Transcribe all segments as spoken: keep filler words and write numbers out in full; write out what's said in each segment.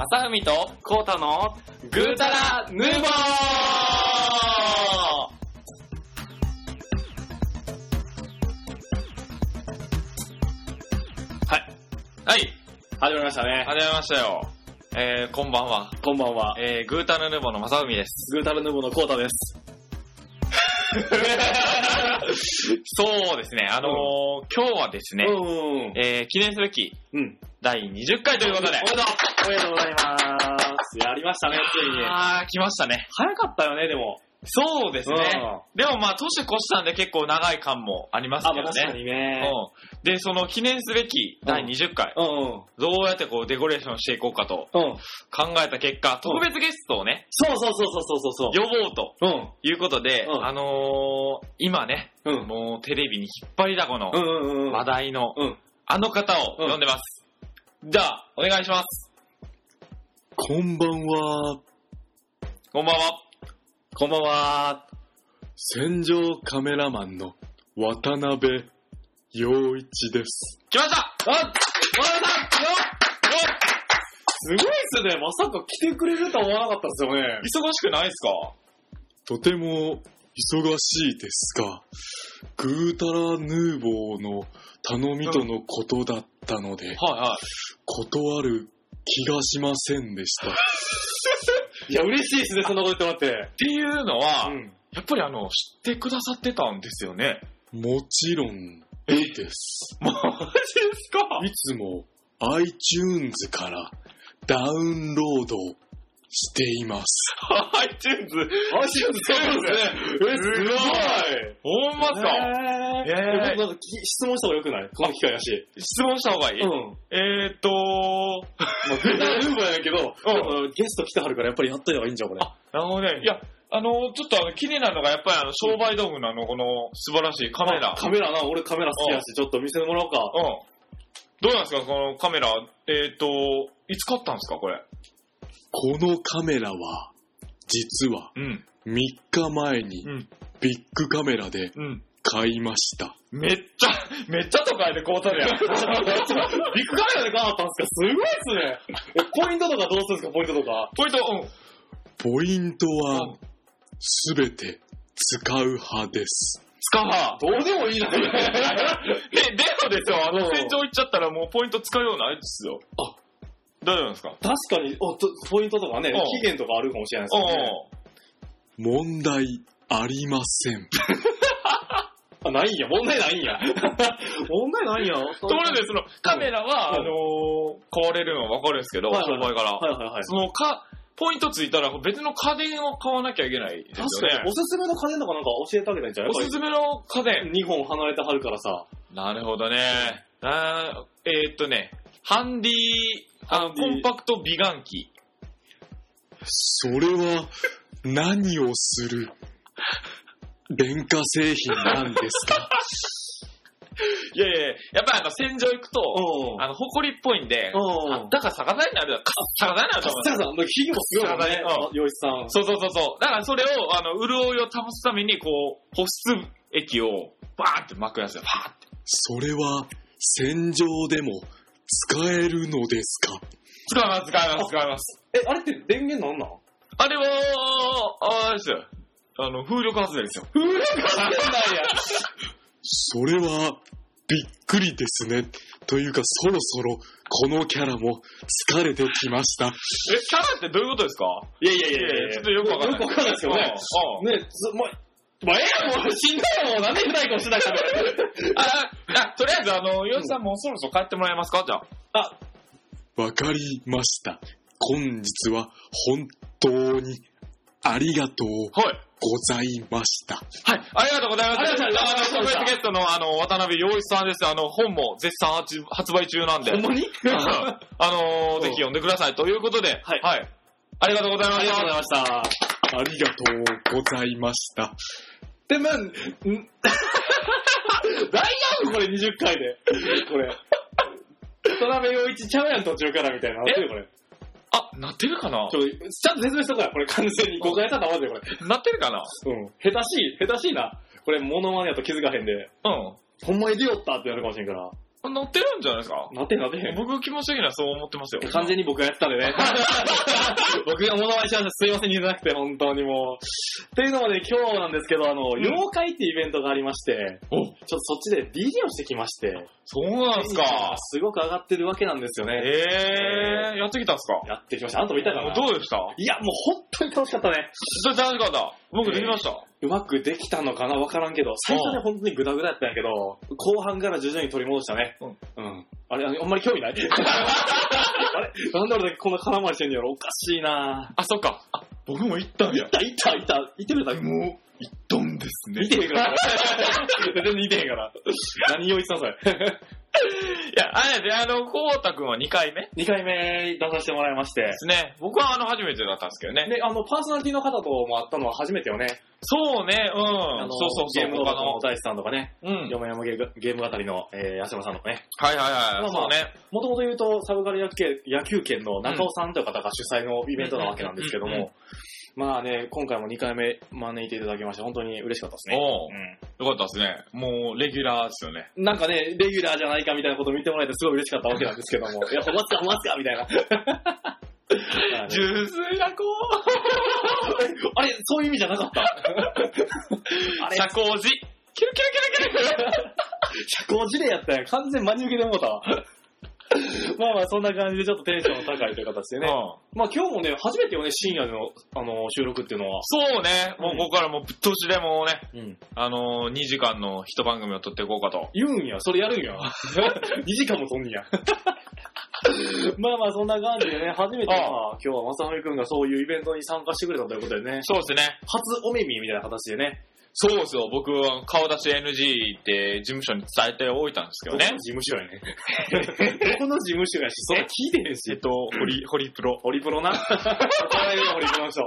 朝海とコータのグータラヌーボー。はいはい始まりましたね。 始めましたよ。えー、こんばんは。 こんばんは。 えー、グータラヌーボーの正海です。 グータラヌーボーのコータです。 そうですね、あのーうん、今日はですね、 うんえー、記念すべき、 うん、 だいにじゅっかいということで。 おめでとうおめでとうございます。やりましたね、ついに。 あー、来ましたね。 早かったよね、でも。 そうですね。でもまあ、年越したんで結構長い感もありますけどね。 あ、確かにね。 うん。で、その記念すべきだいにじゅっかい、 うんうん、 どうやってこうデコレーションしていこうかと考えた結果、特別ゲストをね、 そうそうそうそうそうそう呼ぼうということで、 うん、 あのー、今ね、うん、もうテレビに引っ張りだこの話題のあの方を呼んでます。うん、じゃあ、お願いします。 こんばんは。 こんばんは。 こんばんは。 戦場カメラマンの渡辺陽一です。 来ました。 あ、渡辺さん、よすごいっすね。まさか来てくれるとは思わなかったですよね。 忙しくないですか？ とても忙しいですが、グータラヌーボーの頼みとのことだったので、うん、はいはい、断る気がしませんでした。 いや、嬉しいですね、そんなこと言ってもらって。 っていうのは、うん、やっぱりあの、知ってくださってたんですよね。 もちろんです。 マジですか？ いつも iTunes からダウンロードしています。 iTunes?iTunes そうですね。 え、すごい。 ほんまっすか？ えー、えー、なんか質問した方がよくない？この機会だし。 質問した方がいい？うん。えーっとー、 まあ、グータラヌーボーやけど、うん、ゲスト来てはるからやっぱりやっといた方がいいんじゃん、これ。 あ、なるほどね。いや、あの、ちょっとあの、気になるのがやっぱりあの、商売道具のあの、この素晴らしいカメラ。 カメラな、俺カメラ好きやし、ちょっと見せてもらおうか。 うん。どうなんですか、このカメラ。えーっと、いつ買ったんですか、これ。 このカメラは、実は、みっかまえに、ビッグカメラで買いました。 めっちゃ、めっちゃ都会で買うたねや。ビッグカメラで買ったんですか？すごいっすね。ポイントとかどうするんですか？ポイントとか。 ポイント、うん。 ポイントは、すべて使う派です。 使う派？ どうでもいいな。え、でもですよ、あの、戦場行っちゃったらもうポイント使うようなあれですよ。あ、大丈夫ですか？ 確かに、おとポイントとかね、期限とかあるかもしれないですよね。 問題ありません。 あ、ないんや、問題ないんや。問題ないんや。 ところで、その、カメラは、うん、あのー、買われるのはわかるんですけど、はいはい、商売から。はいはいはい。その、か、ポイントついたら別の家電を買わなきゃいけないですよね。 確かに。おすすめの家電とかなんか教えてあげたいんじゃない？ おすすめの家電。 にほん離れてはるからさ。 なるほどね。あえー、っとね、ハンディ、あの、コンパクト美顔器。 それは、何をする電化製品なんですか？ いやいや、やっぱりあの、戦場行くと、あの、埃っぽいんで、だから逆さになる、逆さになると思う。 逆さになる。ひげもすごいよね、洋一さん。 そうそうそうそう。だからそれを、あの、潤いを保つために、こう、保湿液を、バーンって巻くやつよ、パーって。 それは、戦場でも、使えるのですか？ 使います、使います、使います。 え、あれって電源なんなん？ あれは、あれですよ。あの、風力発電ですよ。 風力発電なんや。 それは、びっくりですね。というか、そろそろ、このキャラも疲れてきました。え、 キャラってどういうことですか？ いやいやいやいや、 ちょっとよくわかんない。 よくわかんないですよね。ね、つ、ま、まあ、ええやもう、死んだよもう、なんで不代行してないから。 あ、あ、とりあえず、あの、ヨウジさんもうそろそろ帰ってもらえますか？じゃあ。 あ、わかりました。本日は、本当に、ありがとう。はい。ございました。 はい、ありがとうございます。ありがとうございます。特別ゲストの、あの、渡辺陽一さんです。あの、本も絶賛発売中なんで。 ほんまにあのー、ぜひ読んでください。ということで、はい。はい。ありがとうございました。 ありがとうございました。 ありがとうございました。 で、ま、ん、大丈夫これにじゅっかいで。これ。渡辺陽一ちゃうやん途中からみたいな。なってるこれ。 あ、なってるかな？ ちょ、ちゃんと説明しとこうや。これ完全に誤解したらまずいこれ。 なってるかな？ うん。下手しい、下手しいな。これモノマネやと気づかへんで。うん。ほんまに出よったってやるかもしれんから。 乗ってるんじゃないですか？ なってんなってへん。 僕気持ち的にはそう思ってますよ。 完全に僕がやったんでね。僕が物まねしました。すいません、言えなくて、本当にもう。というのもね、今日なんですけど、あの、うん、妖怪っていうイベントがありまして、ちょっとそっちで ディージェー をしてきまして。 そうなんですか。 すごく上がってるわけなんですよね。 えー、やってきたんですか？ やってきました。あんたもいたかな？ どうでした？ いや、もう本当に楽しかったね。 楽しかった。僕できました。 うまくできたのかなわからんけど、最初ね、本当にグダグダやったんやけど、後半から徐々に取り戻したね。うん。うん。あれ、あんまり興味ないあれなんで俺だけこんな空回りしてんのやろ？おかしいなあ、そっか。あ、僕も行ったんや。 行った、行った、行った。行ってくれた？ もう、行ったんですね。 見てへんから。全然見てへんから。何用意したのそれ。 いや、あれで、あの、こうたくんはにかいめ ? に 回目出させてもらいまして。 ですね。僕はあの、初めてだったんですけどね。 で、あの、パーソナリティの方とも会ったのは初めてよね。 そうね、うん。そうそうそう。 ゲーム動画の大地さんとかね。 うん。 よもやもゲーム語りの、えー、安山さんとかね。 はいはいはい。まあ、そうね。 もともと言うと、サブカル野球野球圏の中尾さんという方が主催のイベントなわけなんですけども。まあね、今回もにかいめ招いていただきまして、本当に嬉しかったですね。 おうん、よかったですね。もう、レギュラーですよね。 なんかね、レギュラーじゃないかみたいなことを見てもらえてすごい嬉しかったわけなんですけども。いや、ほんまっすか、ほんまっすかみたいな。 純粋な子あれ、そういう意味じゃなかったあれ社交辞キルキルキルキル社交辞令やったやん。完全真に受けてもうたわ。まあまあそんな感じでちょっとテンションの高いという形でね。うん、まあ今日もね、初めてよね、深夜の、あのー、収録っていうのは。 そうね、もうここからもうぶっ通しでもうね、うん、あのー、にじかんの一番組を撮っていこうかと。 言うんや、それやるんや。にじかんも撮んねや。まあまあそんな感じでね、初めてまあ今日はまさのりくんがそういうイベントに参加してくれたということでね。 そうですね。 初お目見みたいな形でね。 そうですよ。僕は顔出し エヌジー って事務所に伝えておいたんですけどね。 どこの事務所やね。どこの事務所やし、それ聞いてへんし。 えっと、ホリ、ホリプロ。 ホリプロな。ホリプロの人。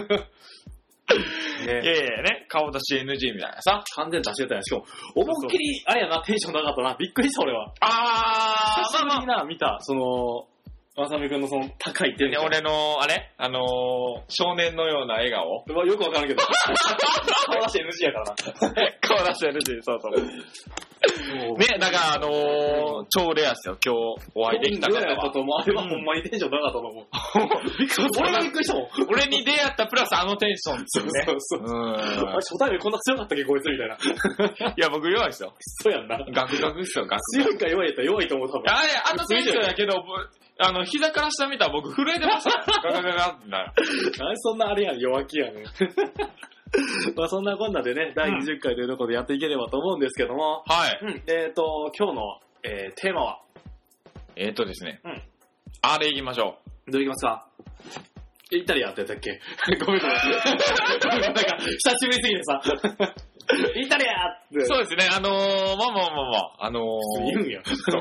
ね、いやいやね、顔出し エヌジー みたいなさ。 完全に出してたやん。しかも、思いっきり、あれやな、テンション高かったな。びっくりした俺は。 あー、 久しぶりにな、見た。その、まさみくんのその高いテンション。 俺の、あれあのー、少年のような笑顔。 まあ、よくわからんけど。顔出し エヌジー やからな。 顔出し エヌジー、そうそう。ね、だからあのー、超レアですよ、今日お会いできた方は。 レアやったと思う。あれはほんまにテンション高かったと思う。俺がびっくりしたもん。 俺に出会ったプラスあのテンションですよね。 そうそうそう。うん。あれ初対面こんな強かったっけこいつみたいな。 いや、僕弱いですよ。 そうやんな。 ガクガクですよ、ガク。 強いか弱いやったら弱いと思う多分。 あれ、あのテンションやけど、あの、膝から下見たら僕震えてました。ガガガガってなる。 あれそんなあれやん、弱気やね。まあそんなこんなでね、だいにじゅっかいというところでやっていければと思うんですけども。 はい。 うん、えっ、ー、と、今日の、えー、テーマはえっ、ー、とですね。うん。あれ行きましょう。どう行きますか？イタリアってやったっけ？ごめんごめん。なんか、久しぶりすぎてさ。イタリアって。 そうですね、あのー、まあまあまあまあ、あのー。 言うんや。そう。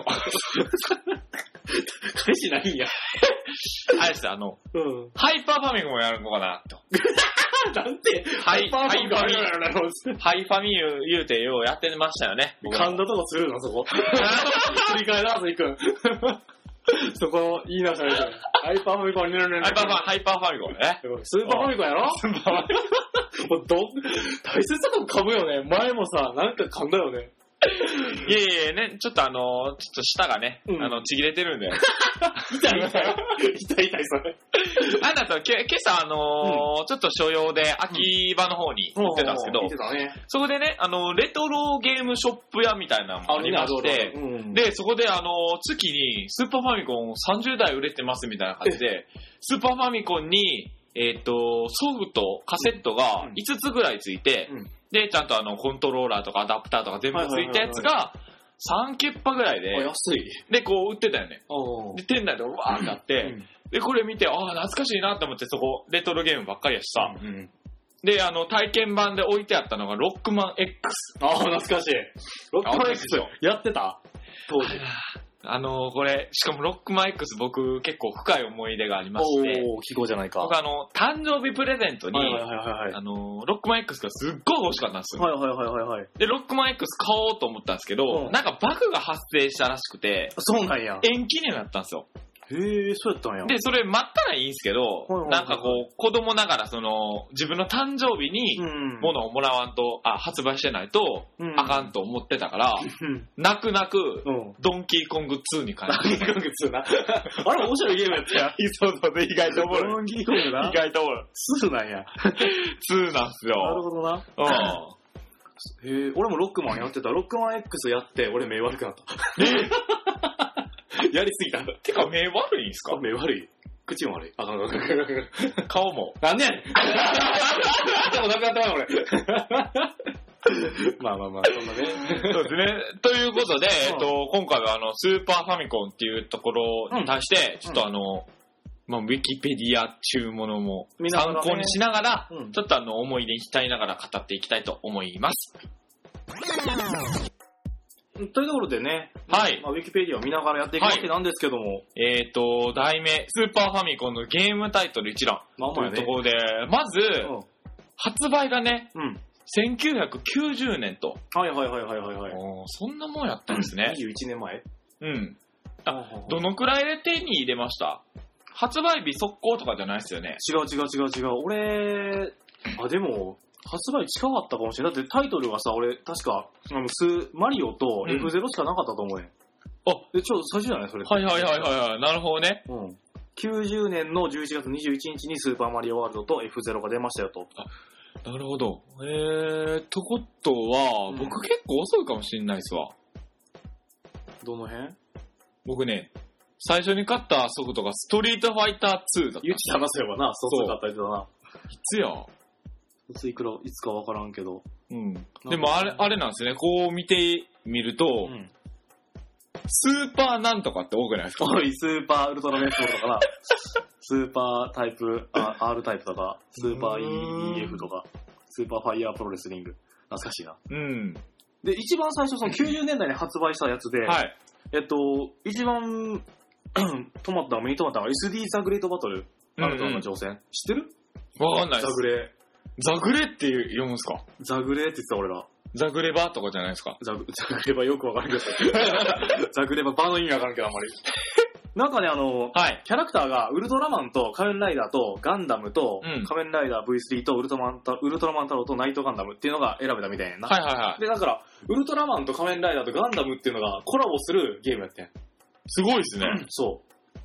返しないんや。 あれですあの、 うん、 ハイパーファミコンをやるのかな、と。 なんてハイ、ハイファミ、ハイファミ言うてようやってましたよね。 噛んだとこするの、そこ。振り返らず行くん。そこ、いいな、それ。ハイパーファミコンになるね。 ハイパーファ、ハイパーファミコンね。 スーパーファミコンやろスーパーファミコン。もうど、大切なとこ噛むよね。前もさ、なんか噛んだよね。 いやいやいやね、ちょっとあのー、ちょっと舌がね、うん、あの、ちぎれてるんで。 痛い痛い。痛い痛い、それ。 あなた、け、今朝あのーうん、ちょっと所用で秋葉の方に行ってたんですけど、 うんうんね、 そこでね、あの、レトロゲームショップ屋みたいなのもありまして、うん、で、そこであの、月にスーパーファミコンさんじゅうだい売れてますみたいな感じで、スーパーファミコンに、えっと、ソフト、カセットがいつつぐらいついて、うん、で、ちゃんとあの、コントローラーとかアダプターとか全部ついたやつが、さんケッパぐらいで、 安い。 で、こう売ってたよね。で、店内でわーってなって、うん、で、これ見て、ああ、懐かしいなって思って、そこ、レトロゲームばっかりやしさ、うんうん、で、あの、体験版で置いてあったのが、ロックマン X。 ああ、懐かしい。ロックマン X やってた当時。 あのー、これ、しかもロックマン X 僕結構深い思い出がありまして。 おー、記号じゃないか。 僕あの、誕生日プレゼントに、 はいはいはいはい、 あのー、ロックマン X がすっごい欲しかったんですよ。 はいはいはいはいはい。 で、ロックマン X 買おうと思ったんですけど、うん、なんかバグが発生したらしくて、 そうなんや。 延期になったんですよ。 へえ、そうやったんや。 で、それ待ったらいいんすけど、はいはいはい、なんかこう、子供ながらその、自分の誕生日に、物をもらわんと、あ、発売してないと、あかんと思ってたから、うん、泣く泣く、うん、ドンキーコングツーに変えた。ドンキーコングツーな。あれ面白いゲームやったやん。そうそうで、意外とおもろい。ドンキーコングな。意外とおもろい。ツーなんや。ツーなんすよ。なるほどな。うん。へえ、俺もロックマンやってた。ロックマン X やって、俺目悪くなった。やりすぎた。てか目悪いんすか？ 目悪い。口も悪い。あかんあかんあかん。 顔も。 なんでやねん。でもなくなったわ、俺。まあまあまあ、そんなね。 そうですね。ということで、えっと、今回はあの、スーパーファミコンっていうところに対して、ちょっとあの、まあ、ウィキペディアっていうものも参考にしながら、うん、ちょっとあの、思い出に浸りながら語っていきたいと思います。 というところでね、 はい。 まあ、ウィキペディアを見ながらやっていくわけなんですけども。はい、 えっ、ー、と、題名、スーパーファミコンのゲームタイトル一覧。まあまあね、というところで、まず、うん、発売がね、うん、せんきゅうひゃくきゅうじゅうねんと。 はいはいはいはいはい、はい。 そんなもんやったんですね。 にじゅういちねんまえ？ うん。あ、どのくらいで手に入れました？発売日速攻とかじゃないですよね。 違う違う違う違う。俺、あ、でも、発売近かったかもしれない。だってタイトルがさ、俺、確か、あのスマリオと エフゼロ しかなかったと思うね、 うん。あ、 で、ちょっと最初じゃないそれ。 はいはいはいはい。なるほどね。 うん。きゅうじゅうねんのじゅういちがつにじゅういちにちにスーパーマリオワールドと エフゼロ が出ましたよと。 あ、なるほど。えー、とことは、うん、僕結構遅いかもしれないですわ。 どの辺？ 僕ね、最初に買ったソフトがストリートファイターツーだった。 言ってたな、そういえばな。そうそう買ったやつだな。 いつやいついくら、いつかわからんけど。 うん。でもあれ、あれなんですね。こう見てみると、うん、スーパーなんとかって多くないですか？ おい、スーパーウルトラメットとかな。スーパータイプ、R タイプとか、スーパー イーエフ とか、スーパーファイヤープロレスリング。懐かしいな。 うん。 で、一番最初、そのきゅうじゅうねんだいに発売したやつで、はい。えっと、一番、止まったの、目に止まったのが エスディー ザグレートバトル。アルトの挑戦。うんうん、知ってる？ わかんないです。 ザグレー。 ザグレって読むんすか？ ザグレって言ってた俺ら。 ザグレバとかじゃないですか？ ザグ、ザグレバよくわかるけど。ザグレバ、バーの意味わかるけどあんまり。なんかね、あの、はい、キャラクターがウルトラマンと仮面ライダーとガンダムと、うん、仮面ライダー ブイスリー とウルトラマンタ、ウルトラマン太郎とナイトガンダムっていうのが選べたみたいやな。 はいはいはい。 で、だから、ウルトラマンと仮面ライダーとガンダムっていうのがコラボするゲームやってん。 すごいですね。 そう。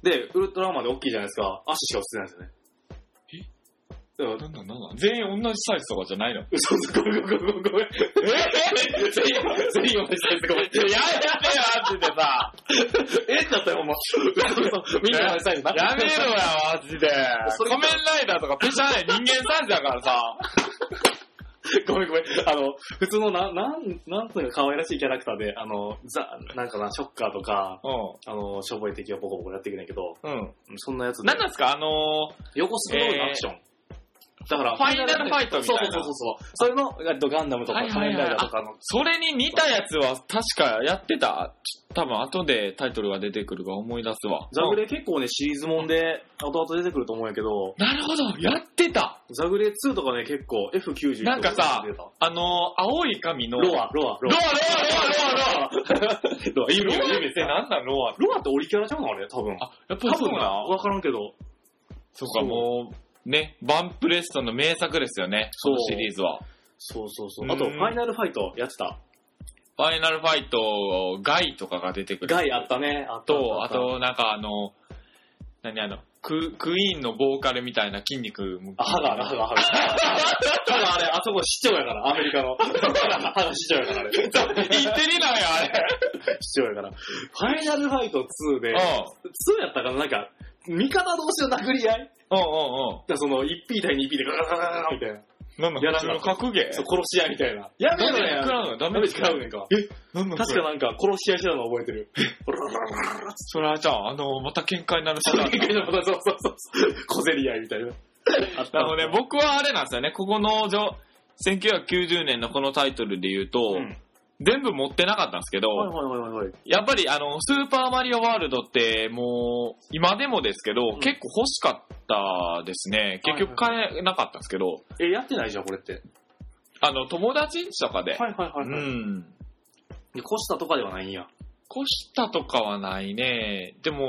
で、ウルトラマンで大きいじゃないですか。足しか映ってないんですよね。 なんだなんだ全員同じサイズとかじゃないの？ 嘘嘘、ごめんごめんごめんごめん。えぇ全員、全員同じサイズごめん。やめやめよ、マジでさ。えってなったよ、ほんま。みんな同じサイズな。 やめろよ、マジで。仮面ライダーとかペシャない人間サイズだからさ。 ごめんごめん。あの、普通のな、なん、なんというか可愛らしいキャラクターで、あの、ザ、なんかな、ショッカーとか、うん、あの、しょぼい敵をボコボコやっていけないけど、うん。そんなやつで。 なんなんですかあのー、 横スクロールのアクション。えーだから、 ファイナルファイトみたいな。 そうそうそうそう。それの、ガンダムとか仮面ライダーとかの、はいはいはい。 それに似たやつは確かやってた。多分後でタイトルが出てくるか思い出すわ。 ザグレ結構ね、シリーズもんで後々出てくると思うんやけど。 なるほど、やってた。 ザグレツーとかね、結構 エフきゅうじゅうなんかさ、あのー、青い髪の。 ロア、ロア、ロア。 ロア、ロア、ロア、ロア、ロア。 ロア、 夢、夢ってなんなんロア。 ロアってオリキャラちゃうのあれ多分。 あ、やっぱりそうな。 わからんけど。 そうか、もう。ね、バンプレストの名作ですよね、このシリーズは。 そうそうそう。あと、ファイナルファイトやってた。 ファイナルファイト、ガイとかが出てくる。 ガイあったね。 あと、あと、なんかあの、何あの、ク、クイーンのボーカルみたいな筋肉も。あ、歯がある、歯が、歯が。歯があれ、あそこ市長やから、アメリカの。歯が市長やから、あれ。 インテリなんや、あれ。 市長やから。ファイナルファイトツーで、ツーやったかな、なんか、味方同士の殴り合いうんうんうん。 だその、いちピー 対にピー でガガガガガガみたいな。 なんだ、普通の格ゲーそう、殺し合いみたいな。 やめろや。ダメージ食らうのダメージ食らうねんか。えなんだ確かなんか、殺し合いしてたの覚えてる。 それはじゃあ、あの、また喧嘩になるパターン。喧嘩になるパターン、そうそうそう。小競り合いみたいな。 なので、僕はあれなんですよね、ここの、せんきゅうひゃくきゅうじゅうねんのこのタイトルで言うと、うん全部持ってなかったんですけど、はいはいはいはい、やっぱりあの、スーパーマリオワールドってもう、今でもですけど、うん、結構欲しかったですね。結局買えなかったんですけど。 え、やってないじゃん、これって。 あの、友達とかで。 はいはいはい、はい。うん。越したとかではないんや。 越したとかはないね。でも、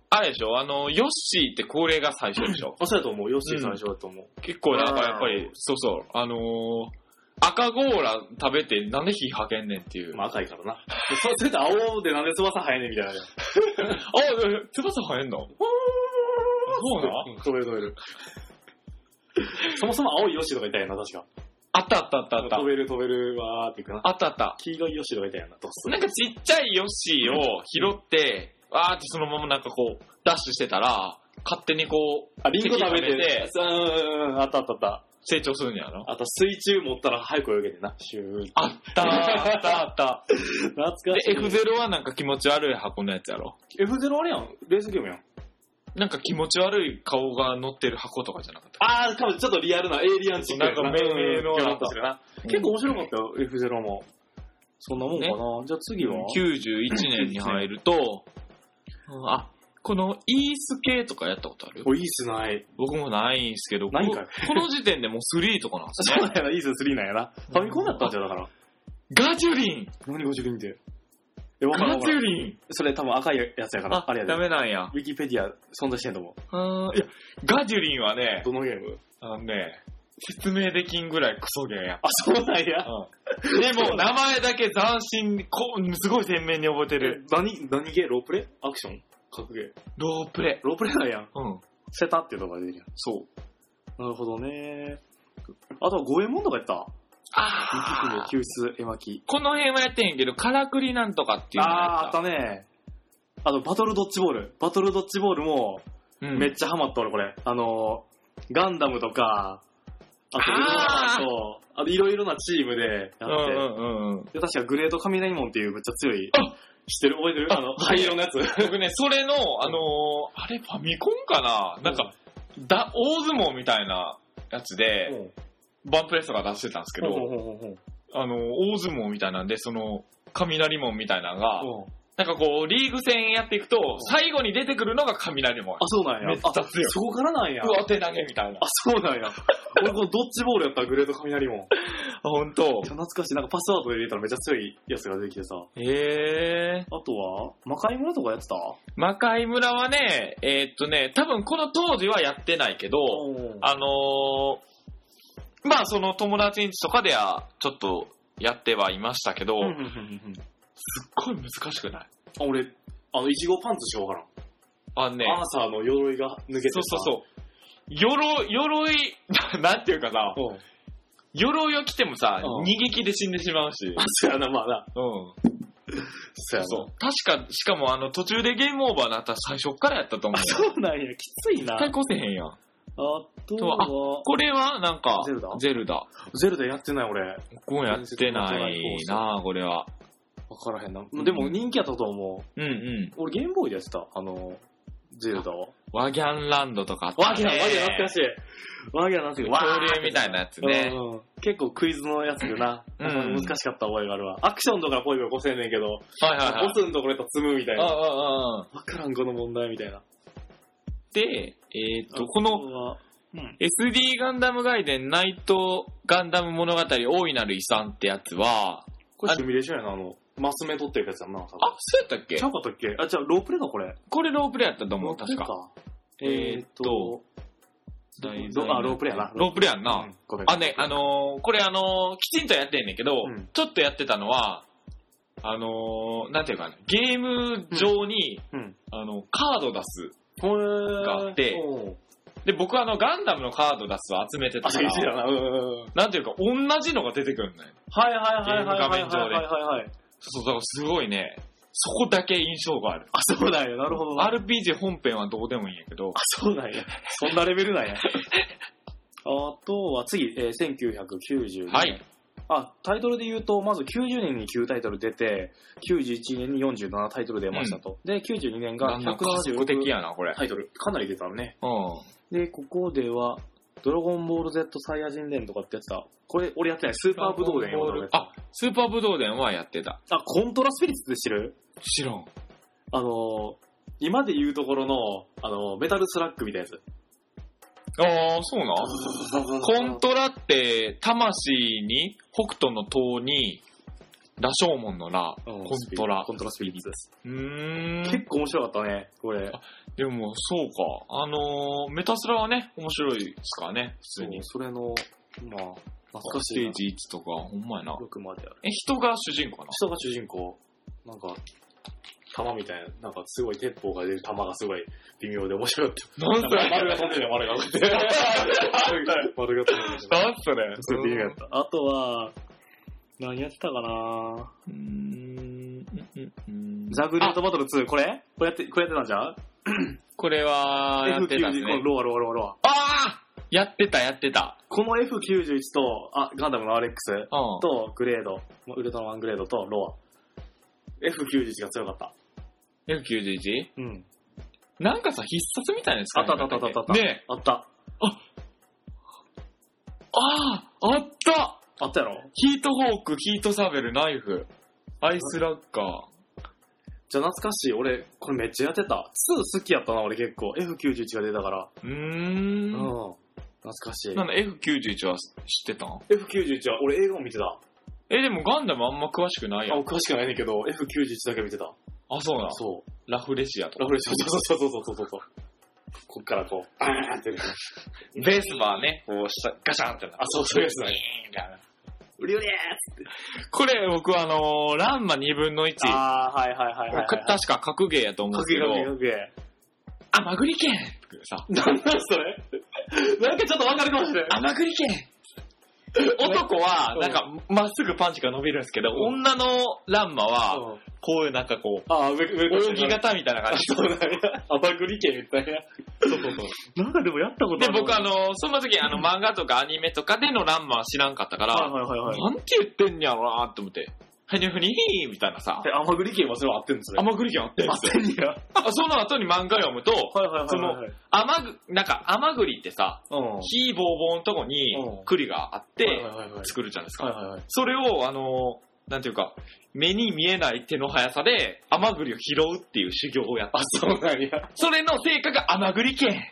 あれでしょ、あの、ヨッシーってこれが最初でしょ。 あ、そうやと思う。ヨッシー最初だと思う。 うん、結構なんかやっぱり、そうそう、あのー、赤ゴーラ食べてなんで火はけんねんっていう。 まあ赤いからな。そそれって青でなんで翼生えねんみたいな。 あ、翼生えんの？そうな？ 飛べる飛べる。そもそも青いヨッシーとかいたやんな、確か。 あったあったあったあった。 飛べる飛べるわーっていくな。 あったあった。 黄色いヨッシーとかいたやんな、どうする？ なんかちっちゃいヨッシーを拾って、わーってそのままなんかこう、ダッシュしてたら、勝手にこう、 あ、リンゴ食べて、うん、うん、あったあったあった。 成長するんやろ。 あと水中持ったら早く泳げてな、シュー。 あったー、あったあった。 懐かしい。 で、エフゼロ はなんか気持ち悪い箱のやつやろ。 エフゼロ あれやん、レースゲームやん。 なんか気持ち悪い顔が乗ってる箱とかじゃなかった。 あー、多分ちょっとリアルなエイリアンチックなんか命名のなんか、 うん、結構面白かったよ、エフゼロ も。そんなもんかな、ね、じゃあ次はきゅうじゅういちねんに入ると、あ、このイース系とかやったことある？ お、イースない。 僕もないんすけど、 ないんかいこの時点でもうスリーとかなんですね。 そうだよな、イーススリーなんやな。ファミコンだったんじゃだから。 ガジュリン！ 何ガジュリンって。 え、わかる？ガジュリン！ それ多分赤いやつやから。 あ、あれやで。ダメなんや。 ウィキペディア存在してんと思う。 あー、いや、ガジュリンはね、 どのゲーム？ あのね、説明できんぐらいクソゲーや。 あ、そうなんや。 うん、でも、名前だけ斬新に、こう、すごい鮮明に覚えてる。 何、何ゲー？ロープレ？アクション？格ゲー？ ロープレ。 ロープレなんや。 うん。 セタっていうのが出てるやん。 そう。 なるほどね。あとは五右衛門とかやった？ ああ。救出、絵巻。 この辺はやってへんけど、からくりなんとかっていうのやった。 あー、あったね。あの、バトルドッジボール。バトルドッジボールも、めっちゃハマった俺、これ。あの、ガンダムとか、あと、あと、あといろいろなチームでやって、うんうんうん、で確かグレート雷門っていうめっちゃ強い、知ってる？覚えてる？あの、灰色のやつ。 僕ね、それの、あのー、あれファミコンかな、うん、なんか、だ、大相撲みたいなやつで、うん、バンプレスとか出してたんですけど、うんうんうんうん、あの、大相撲みたいなんで、その、雷門みたいなのが、うん、なんかこう、リーグ戦やっていくと、最後に出てくるのが雷門。 あ、そうなんや。 めっちゃ強い。 そこからなんや。 うわ、手投げみたいな。 あ、そうなんや。俺このドッジボールやったらグレート雷門。 あ、ほんと。 懐かしい。なんかパスワードで入れたらめっちゃ強いやつが出てきてさ。 へー。 あとは、魔界村とかやってた？ 魔界村はね、えー、っとね、多分この当時はやってないけど、あのー、まあその友達ん家とかではちょっとやってはいましたけど、すっごい難しくない？ あ、俺、あの、いちごパンツしようかな。 あのね。 アーサーの鎧が抜けてさ。 そうそうそう。鎧、鎧、なんていうかさ、うん、鎧を着てもさ、うん、逃げ切で死んでしまうし。 あ、そうやな、まあな。 うん。そうやな。そう。確か、しかもあの、途中でゲームオーバーになったら最初からやったと思う。 あ、そうなんや、きついな。 絶対越せへんやん。あとは、あ、 これはなんか、 ゼルダゼルダ。 ゼルダやってない俺。 僕もやってないなぁ、これは。 わからへんな。でも人気やったと思う。うんうん。 俺ゲームボーイでやってた。あの、ゼルダを。 ワギャンランドとかあったね。 ワギャン、ワギャン懐かしい。ワギャン懐かしい。 恐竜みたいなやつね。 うんうん、結構クイズのやつでな。うん、難しかった覚えがあるわ。アクションとかポイポイ越せんねんけど、はいはいはい。 ボスのところやったら積むみたいな。 ああああ。 わからんこの問題みたいな。 で、えっと、この、うん、エスディー ガンダムガイデンナイトガンダム物語大いなる遺産ってやつは、 これシミュレーションやな、あの、マス目取ってるやつやんな。あ、 そうやったっけ？ ちゃうかったっけ？あ、じゃあロープレイかこれ。 これロープレイやったと思う、確か。 えーっと、あ、ロープレイやな。 ロープレイやんな。うん、ごめん。あ、ね、あのー、これあのー、きちんとやってんねんけど、うん、ちょっとやってたのは、あのー、なんていうかね、ゲーム上に、うん、あの、カード出すがあって、で、僕はあの、ガンダムのカード出すを集めてたから、 な、うん、 なんていうか、同じのが出てくるんだよ。 はいはいはいはいはい。 ゲーム画面上で。 はいはいはい。 そう、だからすごいね、そこだけ印象がある。 あ、そうなんや、なるほど。 アールピージー 本編はどうでもいいんやけど。 あ、そうなんや。そんなレベルなんや。あとは次、えー、せんきゅうひゃくきゅうじゅうねん。はい。あ、タイトルで言うと、まずきゅうじゅうねんにきゅうタイトル出て、きゅうじゅういちねんによんじゅうななタイトル出ましたと。うん、で、きゅうじゅうにねんがひゃくななじゅうろくタイトル。かなり出たのね。うん。で、ここでは、ドラゴンボール Z サイヤ人伝とかってやつだ。これ、俺やってない。スーパーブドウ伝よ。 あ、スーパーブドウ伝はやってた。 あ、コントラスピリッツって知る？ 知らん。 あの、今で言うところの、あの、メタルスラッグみたいなやつ。 ああ、そうな。コントラって、魂に、北斗の塔に、 羅生門のラ、コントラ。 コントラスピリッツです。 うーん。 結構面白かったね、これ。 でも、そうか。あのー、メタスラはね、面白いですからね、普通に。 それの、まあ、懐かしい。 ステージいちとか、ほんまやな。 ろくまである。 え、人が主人公かな？ 人が主人公。なんか、弾みたいな、なんかすごい鉄砲が出る弾がすごい微妙で面白かった。 なんそれ丸が飛んでるよ、丸が飛んでる。丸が飛んでる。 なんそれそれ微妙やった。あとは、何やってたかなうーん。 ザグレートバトルツー、これこれやって、これやってたんじゃんこれは、やってたんですね。 ロアロアロアロア。 ああやってた、やってた。 この エフきゅうじゅういち と、あ、ガンダムの アールエックス と、グレード、ウルトラマングレードとロア。エフきゅうじゅういち が強かった。 エフきゅうじゅういち？ うん。 なんかさ、必殺みたいなやつあったあったあったあった。 ねえ。 あった。 ああああったあったやろヒートホーク、ヒートサベル、ナイフ、アイスラッガー。 じゃあ懐かしい。俺、これめっちゃやってた。ツー好きやったな、俺結構。エフきゅうじゅういち が出たから。 うーん。 うん。懐かしい。 なんだ エフきゅうじゅういち は知ってたん？ エフきゅうじゅういち は俺映画も見てた。 え、でもガンダムあんま詳しくないやん。 あ、詳しくないねんけど、エフきゅうじゅういち だけ見てた。 あ、そうな。 そう。 ラフレシアとか。 ラフレシア、そうそうそうそうそうそう。こっからこう、あーって出てベースバーね、こう下、ガシャンってな。 あ、そうそういうやつだね。 みたいな。 うりゅりーって。 これ僕はあのー、ランマにぶんのいち。 あー、はいはいはいはい、はい。 確か格ゲーやと思うんですけど。 格ゲー格ゲー。 あ、まぐり剣さ。 なんだそれなんかちょっとわかるかもしれない。 あ、まぐり剣男は、なんか、まっすぐパンチが伸びるんですけど、うん、女のランマは、こういうなんかこう、 あ、上、上、 扇形みたいな感じ。 そうなんや。アバグリケみたいな。そうそうそう。なんかでもやったことある。 で、僕あの、その時あの、漫画とかアニメとかでのランマは知らんかったから、 はいはいはいはい、 なんて言ってんやろなって思って。ふにふにひーみたいなさ。 え、アマグリケンはそれは合ってんですね。 アマグリケン合ってんですよ。 合ってんや。 あ、その後に漫画読むと、 はいはいはいはい、 その、アマグ、なんか、アマグリってさ、火ボーボーのとこに栗があって、作るじゃないですか。 はいはいはい、 それを、あの、なんていうか、目に見えない手の速さで、アマグリを拾うっていう修行をやった。 あ、そうなんや。 それの成果がアマグリ剣。わ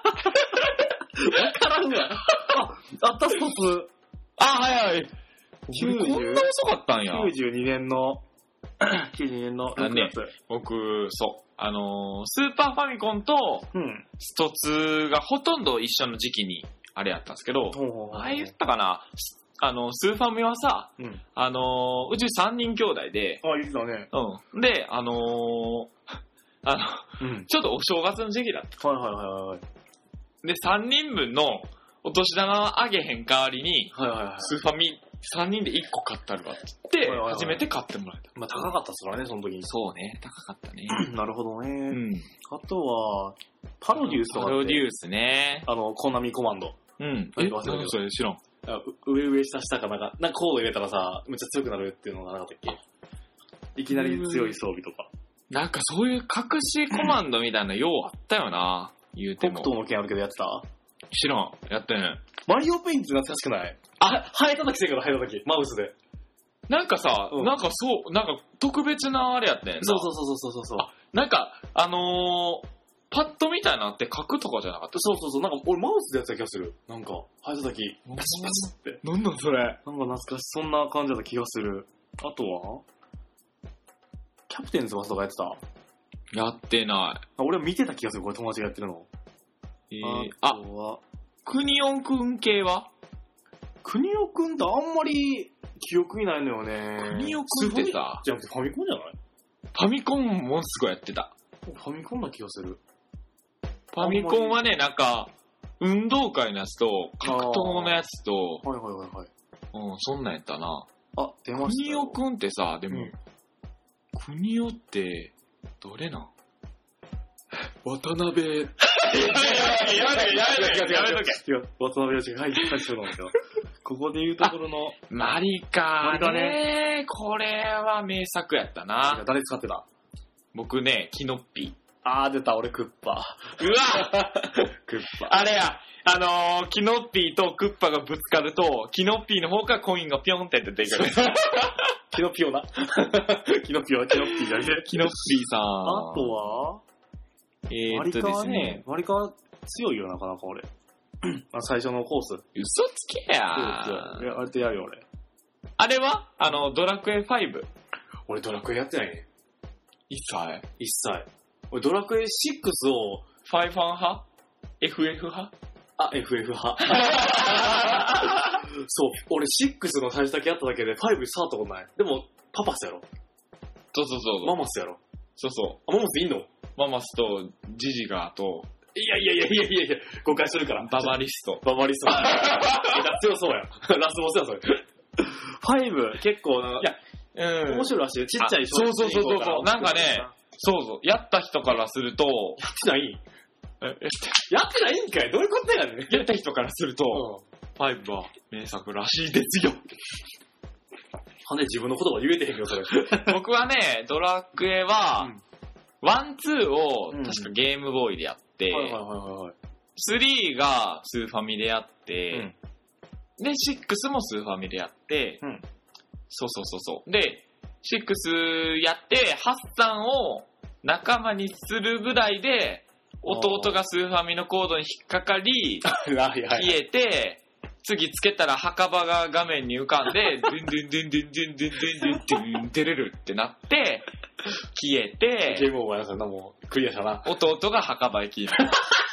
からんわ。あ、あったストップ。 あ、はいはい。こんな遅かったんや。 きゅうじゅうにねんの、きゅうじゅうにねんのろくがつ。 ね、僕、そう。あのー、スーパーファミコンと、ストツーがほとんど一緒の時期に、あれやったんですけど、あれ言ったかな、あの、スーファミはさ、うん、あのー、うちさんにん兄弟で、 あ、言ってたね。 うん。で、あのー、あの、うん、ちょっとお正月の時期だった。 はいはいはいはい。 で、さんにんぶんのお年玉あげへん代わりに、 はいはいはい、 スーファミさんにんでいっこ買ったるわって言って、はいはいはい、初めて買ってもらえた。 まあ高かったっすからね、その時に。 そうね、高かったね。 なるほどね。 うん。 あとは、パロデュースとかって。 パロデュースね。 あの、コナミコマンド。 うん。え、何それ知らん。 上上下下かなんか、なんかコード入れたらさ、めっちゃ強くなるっていうのがなかったっけ？いきなり強い装備とか。 なんかそういう隠しコマンドみたいなようあったよな、言うても。 北東の剣あるけどやってた？ 知らん。やってん。 マリオペイント懐かしくない？あ、ハエ叩きせんからハエ叩き。マウスで。 なんかさ、うん、なんかそう、なんか特別なあれやってんな。 そうそうそうそうそうそう。 あ、なんか、あのー、パッドみたいなって書くとかじゃなかった？ そうそうそう。なんか俺マウスでやってた気がする。なんか、ハエ叩き。パチパチって。 なんなんそれ。なんか懐かしい。そんな感じだった気がする。あとはキャプテン翼とかやってた？ やってない。 あ、俺は見てた気がする。これ友達がやってるの。 えー、あ、あクニオンくん系は？ クニオくんってあんまり記憶にないのよね。 クニオくんってさ、 じゃなくてファミコンじゃない？ ファミコンもすごいやってた。 ファミコンな気がする。 ファミコンはね、なんか、運動会のやつと、格闘のやつと、 はいはいはいはい。 うん、そんなんやったな。 あ、出ました。 クニオくんってさ、でも、うん、クニオって、どれなん渡辺。やめとけ、やめとけ、やめとけ、やめとけ。 違う、渡辺よしが入ってそうなんですよ。ここで言うところの。 マリカーね。マリカね。これは名作やったな。 誰使ってた？ 僕ね、キノッピー。 あー出た、俺クッパ。 うわクッパ。 あれや、あのー、キノッピーとクッパがぶつかると、キノッピーの方からコインがピョンって出てくる。 キノピオな。キノピオ、キノッピーじゃなくて。 キノッピーさん。 あとはえー、っとですね。 マリカは強いよ、なかなか俺。あ最初のコース。 嘘つけやー。いや、あれとやるよ、俺。 あれはあの、ドラクエファイブ。 俺ドラクエやってないね。 一切一切。俺ドラクエシックスを、 ファイファン派 ?エフエフ 派あ、エフエフ 派。そう、俺シックスの最初だけやっただけでファイブ触ったことない。でも、パパスやろ。 そうそうそう。 ママスやろ。 そうそう。 あ、ママスいんの？ ママスとジジガーと、 いやいやいやいやいやいや、誤解するから。 ババリスト。 ババリスト。強そうや。ラスボスや、それ。ファイブ、結構な、いや、うん。面白いらしい。ちっちゃい小そうそうそうそう。なんかね、そうそう。やった人からすると、 やってないえ、 やってないんかい？どういうことやねん。 やった人からすると、ファイブは名作らしいですよ。 はね、自分の言葉言えてへんよ、それ。 僕はね、ドラクエは、ワン、ツーを確かゲームボーイでやって、スリーがスーファミでやって、うん、で、シックスもスーファミでやって、うん、そうそうそうそう。で、シックスやって、ハッサンを仲間にするぐらいで、弟がスーファミのコードに引っかかり、消えて、次つけたら墓場が画面に浮かんで、ドゥンドゥンドゥンドゥンドゥンドゥンドゥンドゥンドゥン出れるってなって、消えて、 ゲームオーバーやさんな、もうクリアしたな。 弟が墓場へ消えた。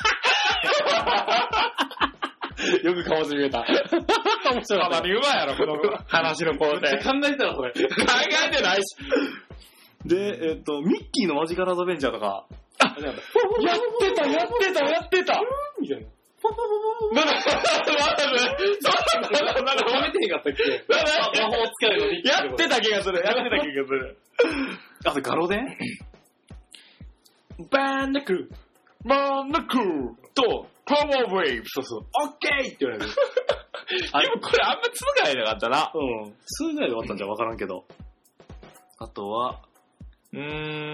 よく顔ず見えた。面白い。 たまにうまいやろ、この話の工程。 考えたらそれ。考えてないし。 で、えっと、ミッキーのマジカルアドベンチャーとか。 あ、やってた、やってた、やってた。 みたいな。 まだ、まだ、まだ、まだ、 褒めてへんかったっけ？魔法使うのに。 やってた気がする、やってた気がする。 あと、ガロデン？ バンダクル、バンダクルと、パワーウェーブ。 そうそう。オッケーって言われる。 でもこれあんまつがいなかったな。 うん。数ぐらいで終わったんじゃわからんけど。あとは、 うー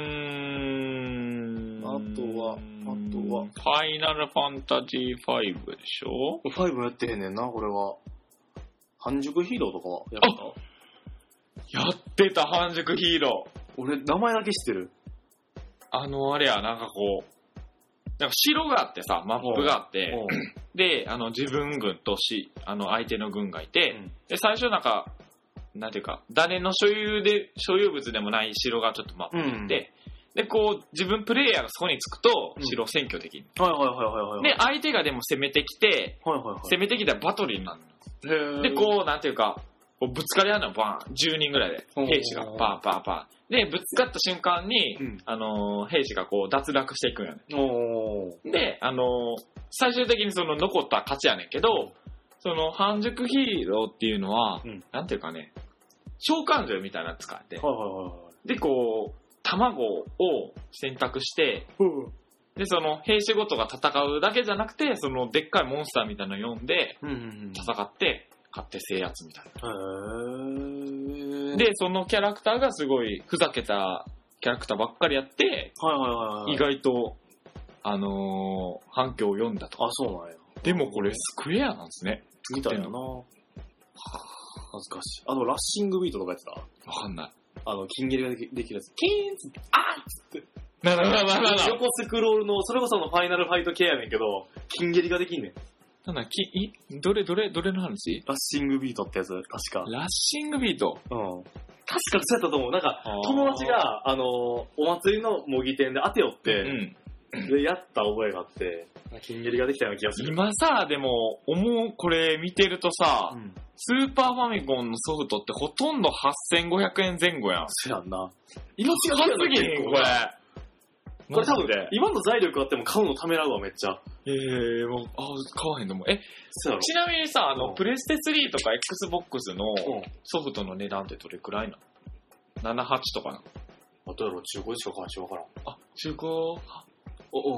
ん。 あとは、あとは。 ファイナルファンタジーファイブでしょ？ ファイブやってへんねんな、これは。半熟ヒーローとかはやったやってた、半熟ヒーロー。 俺、名前だけ知ってる。 あの、あれや、なんかこう、なんか城があってさ、マップがあって、で、あの、自分軍とし、あの、相手の軍がいて、うん、で、最初なんか、なんていうか、誰の所有で、所有物でもない城がちょっとマップにあって、うん、で、こう、自分プレイヤーがそこに着くと、城を占拠できる、 うん。はいはいはいはいはい。 で、相手がでも攻めてきて、はいはいはい、攻めてきたらバトルになるの。で、こう、なんていうか、こうぶつかり合うのバーン、じゅうにんぐらいで、兵士がバーンバーンバーン。で、ぶつかった瞬間に、うん、あのー、兵士がこう脱落していくんやね。で、あのー、最終的にその残った勝ちやねんけど、その半熟ヒーローっていうのは、うん、なんていうかね、召喚獣みたいなの使って、はいはいはい、で、こう、卵を選択して、うん、で、その兵士ごとが戦うだけじゃなくて、そのでっかいモンスターみたいなのを呼んで、戦って、勝って制圧みたいな。へで、そのキャラクターがすごいふざけたキャラクターばっかりやって、はいはいはいはい、意外と、あのー、反響を読んだと。 あ、そうなんや。 でもこれスクエアなんですね。 みたいな。はぁ、恥ずかしい。あの、ラッシングビートとかやってた？ わかんない。 あの、金蹴りができるやつ。キーンつって、あーっつって。 なななななな。 横スクロールの、それこそのファイナルファイト系やねんけど、金蹴りができんねん。 なんだ、き、い、どれ、どれ、どれの話？ ラッシングビートってやつ、確か。 ラッシングビート？ うん。確かそうやったと思う。なんか、友達が、あの、お祭りの模擬店で当てよって、うん、で、やった覚えがあって、金蹴りができたような気がする。 今さ、でも、思う、これ見てるとさ、うん、スーパーファミコンのソフトってほとんどはっせんごひゃくえんぜん後やん。 そうやんな。 命が高すぎへん、これ。 これ多分、今の財力あっても買うのためらうわ、めっちゃ。 えー、もう、あ、買わへんのも。え、ちなみにさ、あの、うん、プレステスリーとか Xbox のソフトの値段ってどれくらいなの？ ななはち とかなの？ あ、どうやろう、中古でしか買わんしわからん。 あ、中古？ お、うん。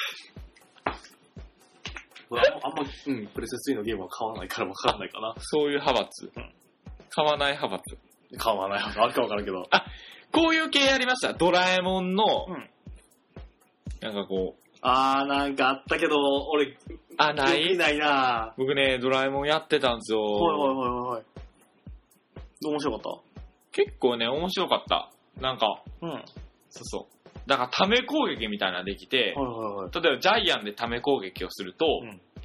あんま、うん、プレステスリーのゲームは買わないからわからないかな。 そういう派閥。うん、買わない派閥。 買わない派閥。あるかわからんけど。 あ、こういう系ありました。ドラえもんの、うん、なんかこう。 あー、なんかあったけど、俺、 あ、ないないな僕ね、ドラえもんやってたんですよ。はいはいはいはい。面白かった？ 結構ね、面白かった。なんか、うん。そうそう。だから、ため攻撃みたいなのできて、はいはいはい、例えばジャイアンでため攻撃をすると、うん、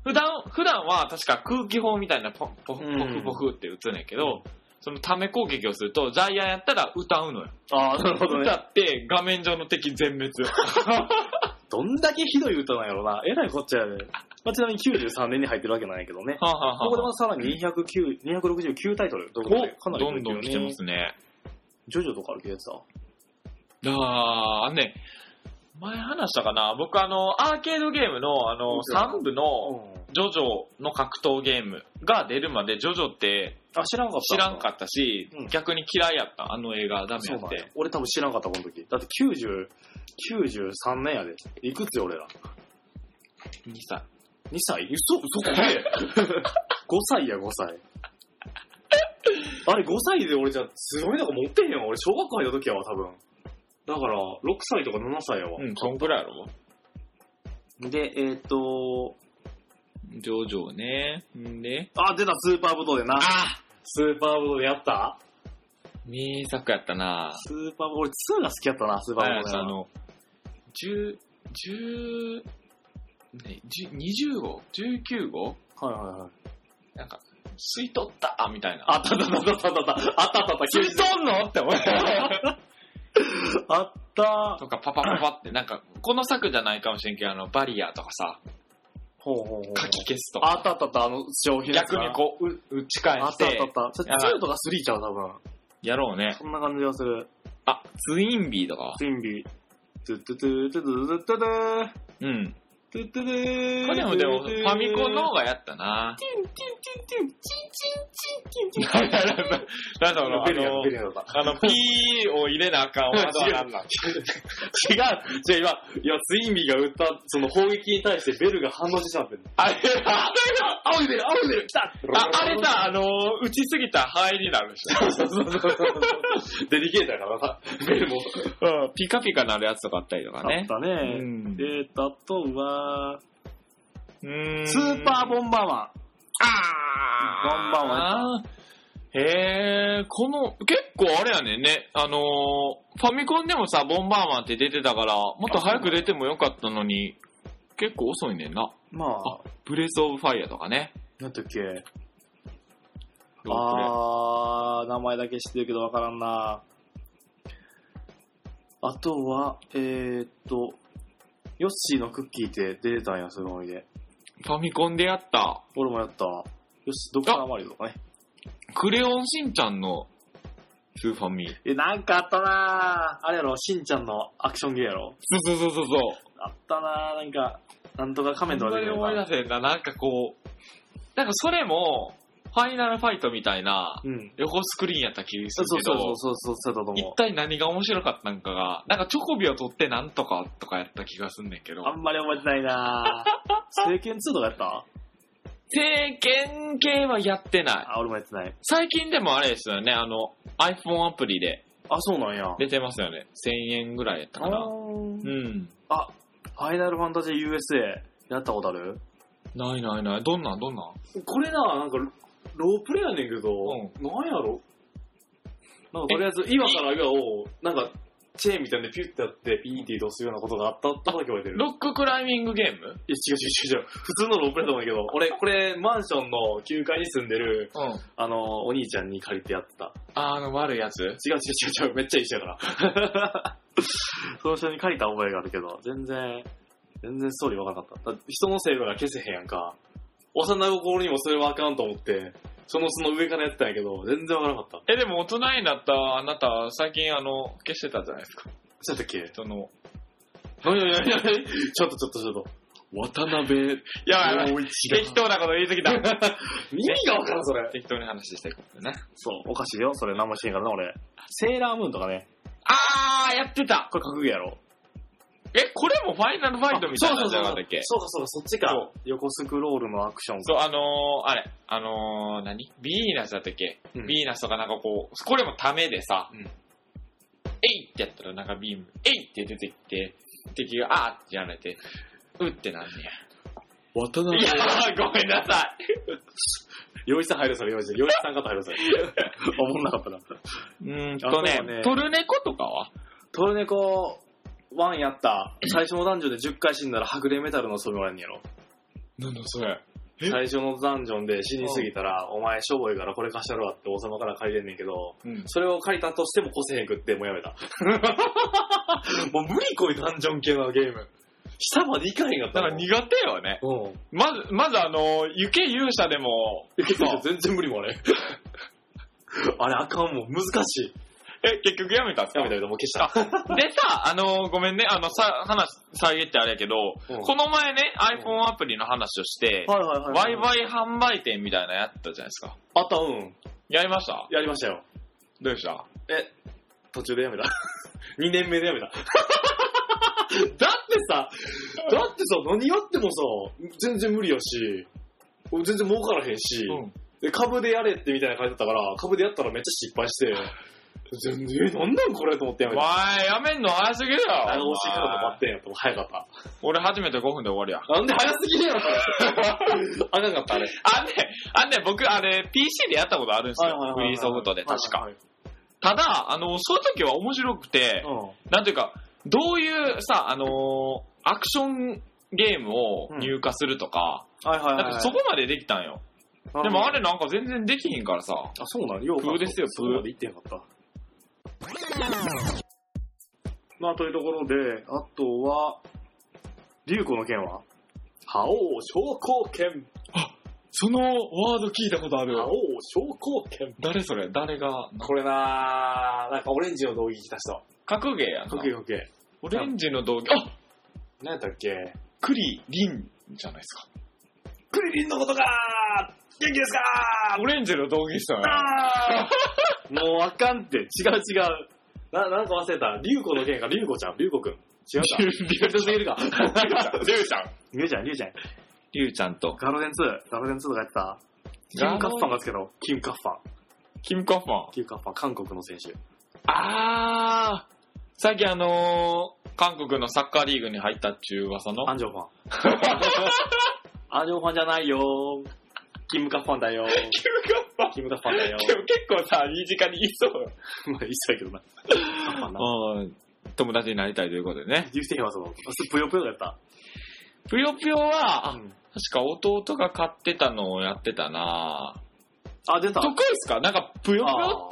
普段、普段は確か空気砲みたいなポポポフポフって撃つねんけど、うん、そのため攻撃をすると、ジャイアンやったら歌うのよ。 ああ、なるほどね。 歌って画面上の敵全滅。 どんだけひどい歌なんやろな。えらいこっちゃやで。まあ、ちなみにきゅうじゅうさんねんに入ってるわけなんやけどね。はあはあはあ、ここではさらににひゃくきゅう、にひゃくろくじゅうきゅうタイトルということで、かなり、 ね、どんどん来てますね。 ジョジョとかあるやつだ。 あー、ね、前話したかな、僕あの、アーケードゲームの、あの、さん部の、ジョジョの格闘ゲームが出るまで、ジョジョって、 あ、知らんかった。 知らんかったし、うん、逆に嫌いやった、あの映画、ダメやって。 俺多分知らんかった、この時。だってきゅうじゅう、きゅうじゅうさんねんやで。いくつよ、俺ら。 にさい。 にさい？嘘、嘘かねごさいや、ごさい。あれ、ごさいで俺じゃ、すごいのか持ってへんよ。俺、小学校入った時やわ、多分。だから、ろくさいとかななさいやわ。 うん、そんくらいやろ。 で、えーっと、 ジョジョね。んで、 あ、出た、スーパーブドウでな。 あスーパーブドウでやった？ 名作やったな。 スーパーブドウ、俺にが好きやったな、スーパーブドウ。 あの、じゅう、じゅう、にじゅうご ?じゅうきゅうご? はいはいはい。 なんか、吸い取ったみたいな。 あったあったあったあったあったあったあった吸い取んのって思った。 あったとかパパパパってなんかこの作じゃないかもしれんけどあのバリアとかさ、 ほうほうほう書き消すとかあったあったあったあの消費逆にこう打ち返してあったあったあったそれにとかスリーちゃう多分やろうね。 そんな感じがする。 あ、ツインビーとかツインビートゥトゥトゥトゥトゥトゥトゥトゥうんトゥトゥトゥこれもでもファミコンの方がやったな。 ティンティンティンティンチンチンチンチンチンチンなんだろう、あの、あの、ピーを入れなあかんワードはなんなん違う、 違う、違う、今、今、ツインビーが打った、その砲撃に対してベルが反応してしまってる。 あれ、 あ、青いベル、青いベル、来たあ、あれさ、あの、打ちすぎたら灰になるでしょ。そうそうそうそう。 デリケートやからさ、ベルも。 うん、ピカピカなるやつとかあったりとかね。 あったね。うん、えーと、あとは、 うーんスーパーボンバーマン。 あーボンバーマンへー、この、結構あれやねんね。あのー、ファミコンでもさ、ボンバーマンって出てたから、もっと早く出てもよかったのに、結構遅いねんな。 まあ。あ、 ブレスオブファイアとかね。 なんだっけ。あー、名前だけ知ってるけどわからんな。あとは、えーっと、ヨッシーのクッキーって出てたんや、すごいで。 ファミコンでやった。 俺もやった。よし、ドクターマリオとかね。 クレヨンしんちゃんのスーファミ。 え、なんかあったなぁ。あれやろ、しんちゃんのアクションゲーやろ。 そうそうそうそうそう。 あったなぁ、なんか、なんとか仮面とか出てる。思い出せんな、なんかこう、なんかそれも、ファイナルファイトみたいな、横スクリーンやった気がするけど、 そうそうそうそう、そうだと思う。 一体何が面白かったんかが、なんかチョコビを取ってなんとかとかやった気がすんねんけど。 あんまり覚えてないなぁ。聖剣ツーとかやった聖剣系はやってない。 あ、俺もやってない。 最近でもあれですよね、あの、iPhone アプリで。 あ、そうなんや。 出てますよね。せんえんぐらいやったかな。うん。 あ、ファイナルファンタジー ユーエスエー やったことある？ ないないない。どんなんどんなんこれな、なんか、ロープレイやねんけど、うん、なんやろなんかとりあえず今から岩を、なんか、チェーンみたいなピュッてやって、ピーって移動するようなことがあったとだけ覚えてる。 ロッククライミングゲーム？いや、違う違う違う違う。普通のロープレイだと思うけど、俺、これ、マンションのきゅうかいに住んでる、うん、あの、お兄ちゃんに借りてやってた。 あ、あの悪いやつ？違う違う違う違う。めっちゃ一緒やから。その人に借りた覚えがあるけど、全然、全然ストーリーわからなかった。だって人のセーブが消せへんやんか。幼心にもそれはあかんと思って、そのその上からやってたんやけど、全然わからなかった。 え、でも大人になったあなた、最近あの、消してたじゃないですか。 そうだっけ？ その、 いやいやいやいや、ちょっとちょっとちょっと。渡辺、 やばいやばい。適当なこと言いすぎた。 意味がわからん、それ。 適当に話していくんだね。 そう、おかしいよ、それ何もしてんからな、俺。セーラームーンとかね。 あー、やってた。 これ格ゲーやろ。 え、これもファイナルファイトみたいなじゃなかったっけ？ そうかそうか、そっちか。横スクロールのアクション。 そう、あのー、あれ、あのー、何ビーナスだったっけ、うん、ビーナスとかなんかこう、これもためでさ、うん、えいってやったらなんかビーム、えいって出てきて、敵があーってやられて、うってなんねや。 渡辺。 いやー、ごめんなさい。 洋一さん入るそれ、洋一さん。洋一さん方入るそれ。思んなかったな。 うーんとね、ねトルネコとかはトルネコ、ワンやった。最初のダンジョンでじゅっかい死んだら白霊メタルの装備もらえんやろ。 なんだそれ。 最初のダンジョンで死にすぎたら、お前しょぼいからこれ貸したるわって王様から借りれんねんけど、うん、それを借りたとしても越せへんくってもうやめた。もう無理こいダンジョン系のゲーム。下まで行かへんかっただから苦手よね。うん。まず、まずあの、行け勇者でも。 行け勇者全然無理もんあれ。あれあかんもん、難しい。 え、結局やめたんすか？ やめたけど、もう消した。 でさ、あのー、ごめんね、あの、さ、話、遮ってあれやけど、うん、この前ね、iPhone アプリの話をして、はいはいはい、ワイワイ 販売店みたいなのやったじゃないですか。 あった、うん。 やりました？ やりましたよ。 どうでした？ え、途中でやめた。にねんめでやめた。だってさ、だってさ、何やってもさ、全然無理やし、全然儲からへんし、うん、で株でやれってみたいな感じだったから、株でやったらめっちゃ失敗して、全然、え、なんなんこれと思ってやめた。 お前、やめんの早すぎるよ。 あの、押し方と待ってんやと、早かった。 俺初めてごふんで終わりや。 なんで早すぎるやろ、あかんかった、あれ。 あんね、あんね、僕、あれ、ピーシー でやったことあるんですよ。フリーソフトで、確か。はいはいはい、ただ、あの、そういう時は面白くて、うん、なんていうか、どういうさ、あのー、アクションゲームを入荷するとか、うん、はいはいはい、なんかそこまでできたんよ。でもあれなんか全然できひんからさ。 あ、そうなの？ようプーですよ、 プー。そこまで行ってへんかった。まあ、というところで、あとは、竜子の剣は覇王昇降剣。 あ、そのワード聞いたことある。 覇王昇降剣。 誰それ？誰が？ これなぁ、なんかオレンジの道着着た人。 格ゲーやな。 格ゲー格ゲー。 オレンジの道着、あ、 何やったっけ？ クリリンじゃないですか。 クリリンのことかー！元気ですかー！ オレンジの道着っすよね。 もうあかんって。違う違う。な、なんか忘れた。竜子の剣か、竜子ちゃん、竜子くん。違うか。竜子すぎるか。 竜ちゃん。 竜ちゃん。竜ちゃん、竜ちゃん。 竜ちゃんと。 ガロデンツー。ガロデンツーとかやってた。キムカッファンがつけたの。キムカッファン。 キムカッファン。 キムカッファン、韓国の選手。 あー。最近あのー、韓国のサッカーリーグに入ったっちゅう噂の。 アンジョファン。アンジョファンじゃないよー。キムカッファンだよー。 キムカッファン。 キムカッファンだよー。 でも結構さ、身近にいそう。 まあ、言いそうやけどな。カッファンな。 うん。友達になりたいということでね。 言ってへんわ、その。ぷよぷよだった。 ぷよぷよは、うん、確か弟が買ってたのをやってたなぁ。 あ、出た。 得意っすか？なんか、ぷよぷよって、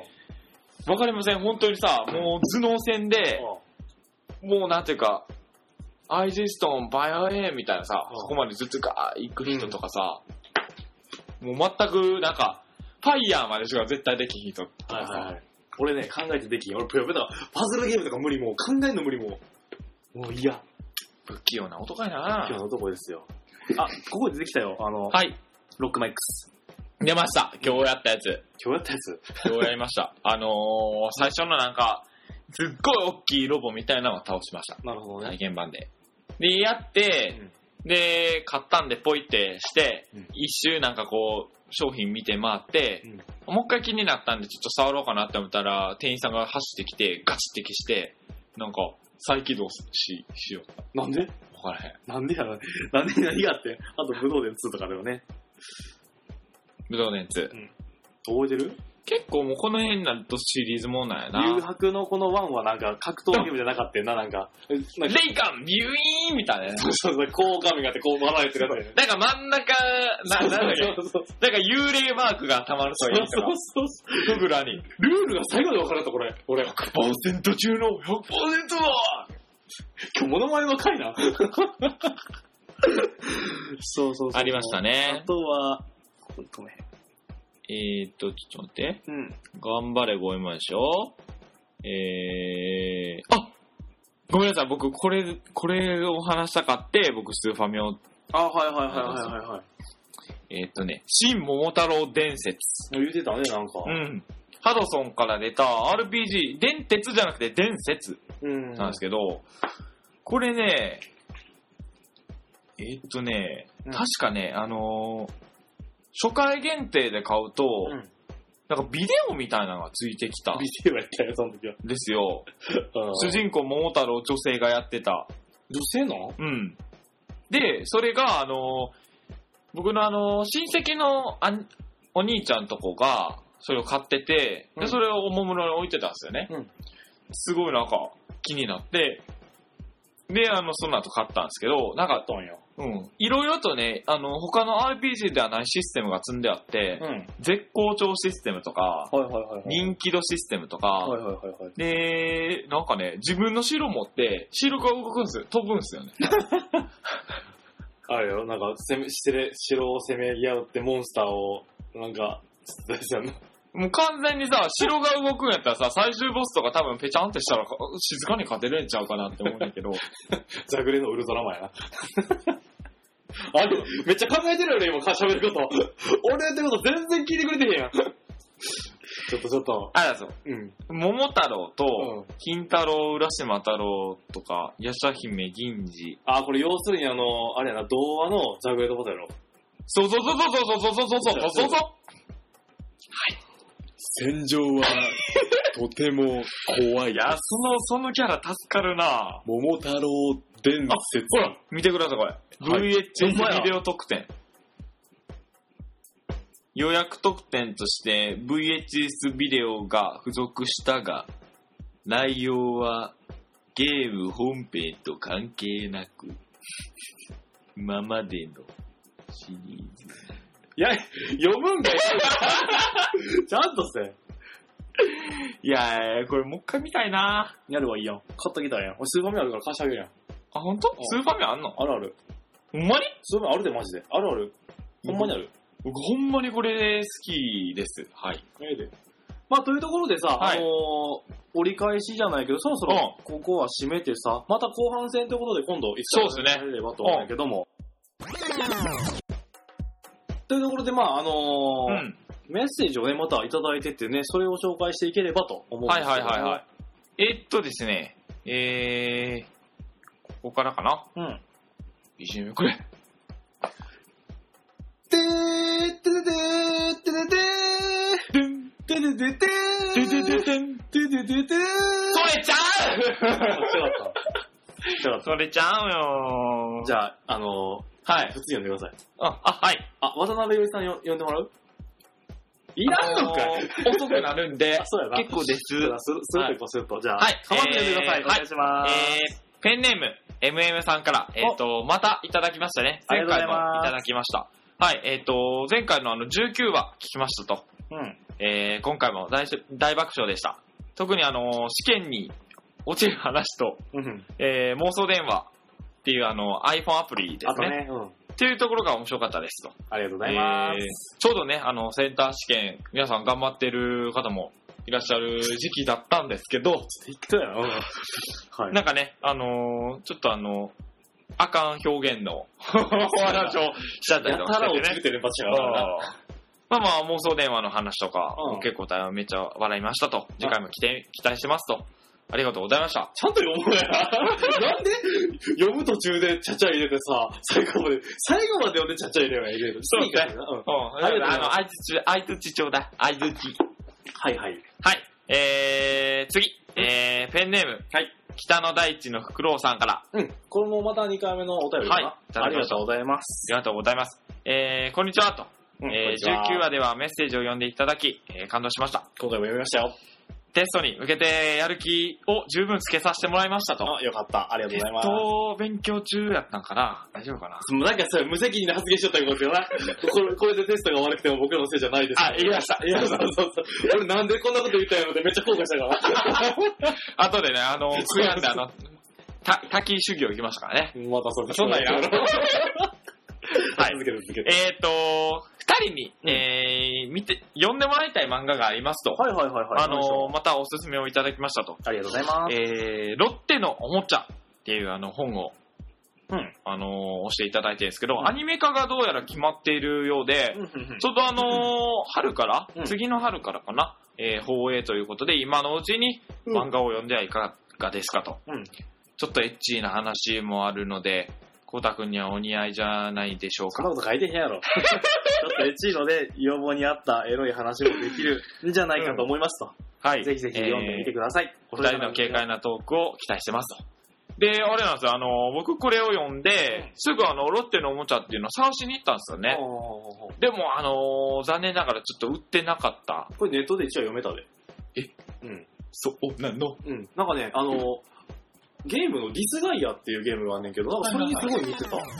わかりません。本当にさ、もう頭脳戦で、もうなんていうか、アイジストン、バイオエーみたいなさ、そこまでずつガー行く人とかさ、うん、もう全くなんか、ファイヤーまでしか絶対できひん人とかさ、はいはいはい。 俺ね、考えてできひん。俺、ぷよぷよだから、パズルゲームとか無理もう、考えるの無理もう。もう嫌。 不器用な男やな。 不器用な男ですよ。あ、ここで出てきたよ。あの、 はい。 ロックマイックス。 出ました。今日やったやつ。 今日やったやつ今日やりました。あのー、最初のなんか、すっごい大きいロボみたいなのを倒しました。 なるほどね。 体験版で。で、やって、うん、で、買ったんでポイってして、うん、一周なんかこう、商品見て回って、うん、もう一回気になったんでちょっと触ろうかなって思ったら、店員さんが走ってきて、ガチって消して、なんか、再起動し、しよう。 なんで？ わからへん。 なんでやろね。なんで何があって。あと、武道伝ツーとかだよね。 武道伝ツー。うん。 覚えてる？ 結構もうこの辺になるとシリーズもんなんやな。 誘白のこのワンはなんか格闘ゲームじゃなかったよな、なんか。 レイカンビューイーンみたいなね。 そうそうそう、こう画面があってこう笑えてるやつね。 なんか真ん中、な、なんだっけ。なんか幽霊マークがたまるといいとか。そうそうそう。フグラに。 ルールが最後で分かれた、これ。俺。 ひゃくパーセント 中の ひゃくパーセント だ今日モノマネの回な。そうそうそう。 ありましたね。 あとは、ごめん。 えーっと、ちょっと待って。うん。頑張れごえんまでしょ。えー、あごめんなさい、僕、これ、これを話したかって、僕、スーファミを。 あ、はいはいはいはいはい。 えーっとね、新桃太郎伝説。 言ってたね、なんか。 うん。ハドソンから出た アールピージー、伝説じゃなくて伝説なんですけど、うん、これね、えーっとね、うん、確かね、あのー、初回限定で買うと、うん、なんかビデオみたいなのがついてきた。 ビデオやったよ、その時は。 ですよ。主人公桃太郎女性がやってた。 女性なの？ うん。で、それが、あの、僕のあの、親戚のあお兄ちゃんとこが、それを買ってて、で、それをおもむろに置いてたんですよね。うん、すごいなんか気になって、で、あの、その後買ったんですけど、なんか、 うん。いろいろとね、あの、他の アールピージー ではないシステムが積んであって、うん、絶好調システムとか、はいはいはいはい、人気度システムとか、はいはいはいはい、で、なんかね、自分の城持って、城が動くんですよ。飛ぶんですよね。 あれよ、なんか、攻め、城を攻め合うってモンスターを、なんか、ですよね。 もう完全にさ、城が動くんやったらさ、最終ボスとか多分ペチャンってしたら静かに勝てるんちゃうかなって思うんだけど。 ザグレのウルトラマンやな。あれ、めっちゃ考えてるよね、今喋ること。俺やってること全然聞いてくれてへんやん。ちょっとちょっと。 あれだぞ。うん。桃太郎と、金太郎、浦島太郎とか、ヤシャ姫、銀次。 あ、これ要するにあの、あれやな、童話のザグレートボスやろ。 そうそうそうそうそうそうそうそうそうそうそう。はい。 戦場は、とても怖い。 いや、その、そのキャラ助かるな。 桃太郎伝説。 ほら、見てください、これ。はい、ブイエイチエス ビデオ特典。予約特典として ブイエイチエス ビデオが付属したが、内容はゲーム本編と関係なく、今までのシリーズ。 いや、読むんかいちゃんとせ。 いやー、これもう一回見たいな。 やるわいいやん。買っときたいやん。俺スーファミあるから貸してあげるやん。 あ、ほんと？スーファミあんの？ あるある。 ほんまに？ スーファミあるでマジで。あるある。ほんまにある。 僕ほんまにこれ好きです。はい。 ええで。まあというところでさ、はい、あのー、折り返しじゃないけど、そろそろここは締めてさ、また後半戦ということで今度一緒にやれればと思うんだけども。というところで、まああのーうん、メッセージをね、またいただいててね、それを紹介していければと思うんですけど。はいはいはいはい。 えー、っとですね、えー、ここからかな。うん。ビージーエム くれ。 てーてててーてててーててててーててててーててててーそれちゃうちょっと。 それちゃうよー。 じゃあ、あのー、はい。普通読んでください。 あ、あ、はい。 あ、渡辺よりさんよ呼んでもらういらんのかい、 遅くなるんで、 そうやな結構です。 するするとこすると。じゃあ、はい。かまって読んでください。お願いします。 えー、ペンネーム、エムエム さんから、えっと、またいただきましたね。前回もいただきました。はい、えっと、前回のあのじゅうきゅうわ聞きましたと。うん。えー、今回も大大爆笑でした。特にあの、試験に落ちる話と、うん、えー、妄想電話っていうあの iPhone アプリですね。あとね、うん。っていうところが面白かったですと。 ありがとうございます。 えー、ちょうどね、あの、センター試験、皆さん頑張ってる方もいらっしゃる時期だったんですけど、 適当やな。 はい。なんかね、あのー、ちょっとあの、あかん表現のお話をしちゃったりとかしてね。まあまあ妄想電話の話とか、うん、結構めっちゃ笑いましたと。次回も期待、期待してますと。ありがとうございました。 ちゃんと読むやな。なんで読む途中でちゃちゃ入れてさ、最後まで、最後まで読んでちゃちゃ入れば入れる。 そうね。うん。ありがとうございます。あの、あいつち、あいつちちょうだい。あいつち。 はいはい。 はい。えー、次。えー、ペンネーム。はい。北の大地のフクロウさんから。 うん。これもまたにかいめのお便りかな。はい。ありがとうございます。 ありがとうございます。えー、こんにちはと。うん、えー、じゅうきゅうわではメッセージを読んでいただき、えー、感動しました。 今回も読みましたよ。 テストに向けてやる気を十分つけさせてもらいましたと。 あ、よかった。ありがとうございます。 テスト勉強中やったんかな。大丈夫かな。 なんかそれ無責任な発言しちゃったことよな。これ、これでテストが悪くても僕らのせいじゃないです。 あ、言いました。言いました。そうそうそう。 俺なんでこんなこと言ったんやろってめっちゃ後悔したから。 後でね、あの、悔やんであの、た、滝修行行きましたからね。 またそうそんなんやろ。はい。 続ける続ける。 えっと、二人に、えー、見て、読んでもらいたい漫画がありますと。 はいはいはいはい。 あのー、またおすすめをいただきましたと。 ありがとうございます。 えー、ロッテのおもちゃっていうあの本を、うん。あのー、押していただいてるんですけど、うん、アニメ化がどうやら決まっているようで、うんうんうん、ちょうどあのー、春から、うん、次の春からかな、えー、放映ということで、今のうちに漫画を読んではいかがですかと。うん。ちょっとエッチーな話もあるので、コウタ君にはお似合いじゃないでしょうか。 そんなこと書いてへんやろ。ちょっとエッチーので、要望に合ったエロい話もできるんじゃないかと思いますと。うん、はい。ぜひぜひ読んでみてください。 お二人の軽快なトークを期待してますと。で、あれなんですよ、あの、僕これを読んで、うん、すぐあの、ロッテのおもちゃっていうのを探しに行ったんですよね。でも、あのー、残念ながらちょっと売ってなかった。 これネットで一応読めたで。 えうん。そう、お、なんのうん。なんかね、あのー、ゲームのディスガイアっていうゲームがあんねんけど、なんかそれにすごい似てた。あ、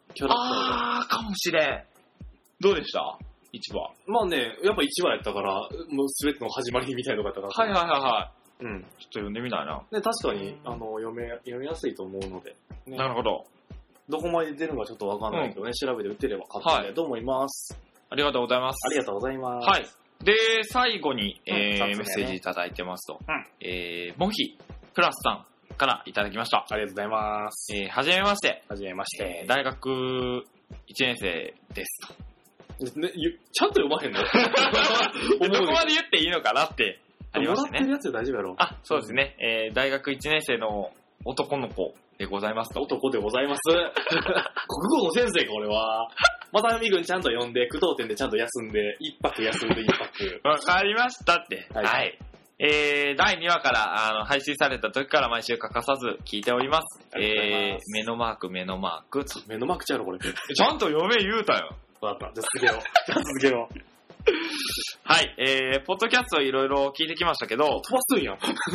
キャラクターが。 あー、かもしれん。どうでした一話。 まあね、やっぱ一話やったから、もう全ての始まりみたいなのがあったから。 はいはいはいはい。 うん。 ちょっと読んでみたいな。 で、確かに、あの、読め、読みやすいと思うので。 ね、なるほど。 どこまで出るのかちょっとわかんないけどね、うん、調べて売ってれば買ってみたいと思います、はい。 ありがとうございます。 ありがとうございます。 はい。で、最後に、えーうんね、メッセージいただいてますと、うん、えー、モヒプラスさんからいただきました。 ありがとうございます。 えー、はじめまして。 はじめまして。 えー、大学いちねん生ですと。 ね、ちゃんと読まへんのどこまで言っていいのかなってありましたね。 もらってるやつで大丈夫やろ。 あ、そうですね。えー、大学いちねん生の男の子でございますと。 男でございます。国語の先生か、俺は。またみくんちゃんと呼んで、句読点でちゃんと休んで、一泊休んで一泊。 わかりましたって。はい。はい、えー、だいにわからあの配信された時から毎週欠かさず聞いております。えー、目のマーク、目のマーク。 目のマークちゃうのこれ。 ちゃんと読め言うたよ。 わかった。じゃあ続けよう。じゃあ続けよう。 はい、えー、ポッドキャストいろいろ聞いてきましたけど、 飛ばすんやん。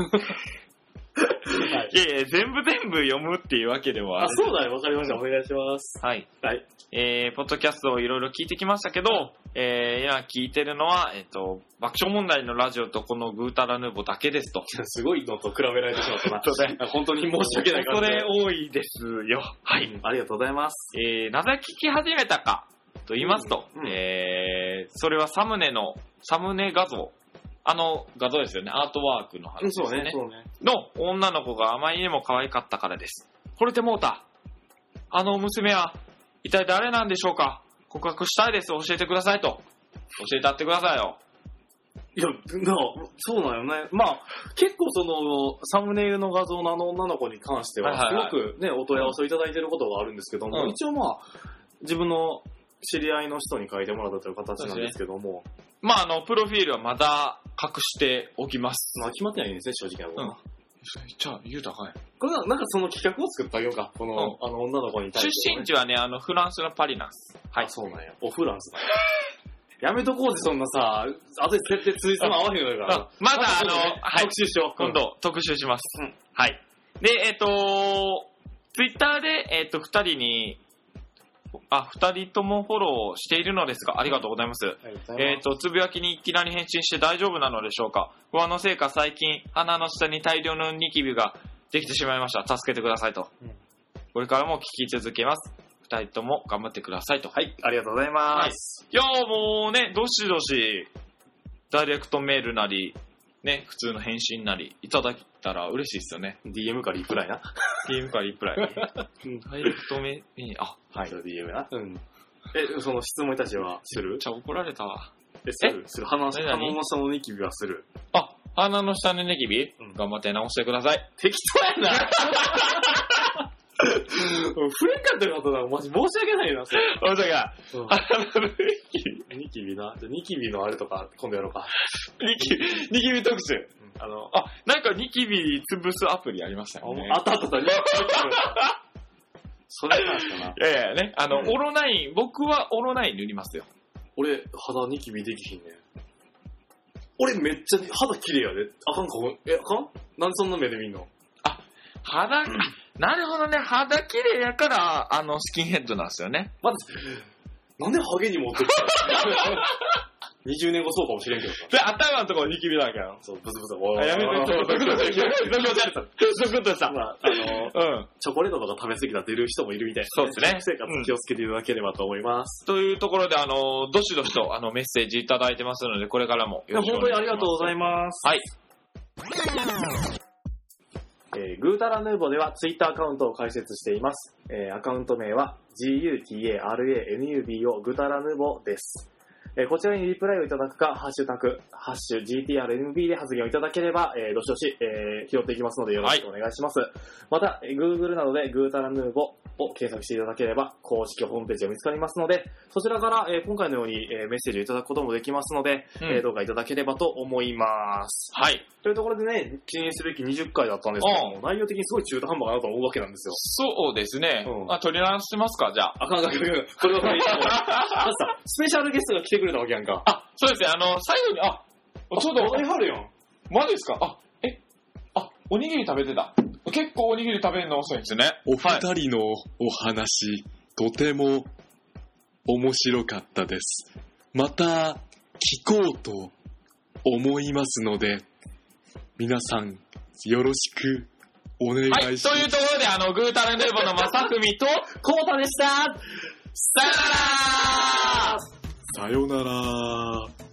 はい、いやいや、全部全部読むっていうわけではある。 あ、そうだよ、わかりました。お願いします。 はい。 はい。 えー、ポッドキャストをいろいろ聞いてきましたけど、えー、今聞いてるのは、えっ、ー、と、爆笑問題のラジオとこのグータラヌーボだけですと。 すごいのと比べられてしまったな。そうね。本当に申し訳ないから。 それ多いですよ。はい、 うん。ありがとうございます。 えー、なぜ聞き始めたかと言いますと、うんうん、えー、それはサムネの、サムネ画像。あの画像ですよね。アートワークの話ですね。そうね。そうね。の女の子があまりにも可愛かったからです。惚れてもうた。あの娘は一体誰なんでしょうか。告白したいです。教えてくださいと。教えてあってくださいよ。 いや、なそうなんよね。まあ、結構その、サムネイルの画像のあの女の子に関しては、すごくね、お問い合わせをいただいていることがあるんですけども、うん、一応まあ、自分の知り合いの人に書いてもらったという形なんですけども、 まあ、あの、プロフィールはまだ隠しておきます。 まあ、決まってないんですね、正直なことは。 うん、じゃあ、言うたらかい。 これは、なんかその企画を作ってあげようか。この、うん、あの、女の子に対して、 ね。出身地はね、あの、フランスのパリなんです。 はい。そうなんや。お、フランスだ。やめとこうぜ、そんなさ、あとで設定ついても合わへんのだから。 まだ、あの、 ね、はい、特集しよう。 今度、特集します。うん。はい。で、えっ、ー、と、ツイッターで、えっ、ー、と、二人に、あ、二人ともフォローしているのですが、ありがとうございます。うん、えっ、ー、と、つぶやきにいきなり返信して大丈夫なのでしょうか。不安のせいか最近、鼻の下に大量のニキビができてしまいました。助けてくださいと。うん、これからも聞き続けます。二人とも頑張ってくださいと。 はい、ありがとうございます。 はい、いやもうね、どしどし、ダイレクトメールなり、ね、普通の返信なり、いただいたら嬉しいですよね。 ディーエム かリプライな。 ディーエム かリプライ。うん、ダイレクトメール、あ、 はい。ディーエム な。うん。え、その質問たちはする？ めっちゃ怒られたわ。 え、する？する。鼻の下のニキビはする。 あ、鼻の下のニキビ、うん、頑張って直してください。 適当やな。触れんかったことだ。マジ申し訳ないな、それ。 申し訳ない。鼻のニキビ。ニキビな。じゃニキビのあれとか、今度やろうか。 ニキビ、ニキビ特集。うん、あの、あ、なんかニキビ潰すアプリありましたよね。 あったあったあった。それなんすかな。いやいやね、あの、うん、オロナイン、僕はオロナイン塗りますよ。 俺、肌ニキビできひんね。俺めっちゃ肌綺麗やで。あかんかえ、あかんなんでそんな目で見んの？ あ、肌、うん、なるほどね。肌綺麗やから、あの、スキンヘッドなんですよね。 まず、なんでハゲに持ってきたにじゅうねんごそうかもしれんけどさ。 で、頭のところニキビだけど。 そう、ブツブツ。 あ、やめて、ちょっと、ゾクッとした。ゾクッとした。 まあ、あの、うん、チョコレートとか食べ過ぎたら出る人もいるみたいな。 そうですね。 生活気をつけていただければと思います。 うん、というところで、あの、どしどしと、あの、メッセージいただいてますので、これからもよろしくお願いします。 本当にありがとうございます。 はい。 えー、グータラヌーボではツイッターアカウントを開設しています。えー、アカウント名は ジーユーティーエーアールエーエヌユービーオー グータラヌーボです。えー、こちらにリプライをいただくか、ハッシュタグ、ハッシュ ジーティーアールエヌビー で発言をいただければ、えー、どしどし、えー、拾っていきますのでよろしくお願いします。はい、また、Google などでグータラヌーボを検索していただければ、公式ホームページが見つかりますので、そちらから、えー、今回のように、えー、メッセージをいただくこともできますので、うん、えー、どうかいただければと思います。 はい。 というところでね、記念すべきにじゅっかいだったんですけども、内容的にすごい中途半端かなと思うわけなんですよ。 そうですね。うん、あ、取り直しますか、じゃあ。 あかんかんかん。これはない。あさ、スペシャルゲストが来てくれたわけやんか。 あ、そうですね。あの、最後に、あ、ちょうど。 おにはるやん。 マジですか？あ、え、あ、おにぎり食べてた。結構おにぎり食べるの遅いんですね。 お二人のお話、 とても面白かったです。また聞こうと思いますので、皆さんよろしくお願いします。はい、 というところで、あの、グータラヌーボーのまさふみと、 コウタでした。 さよなら。 さよなら。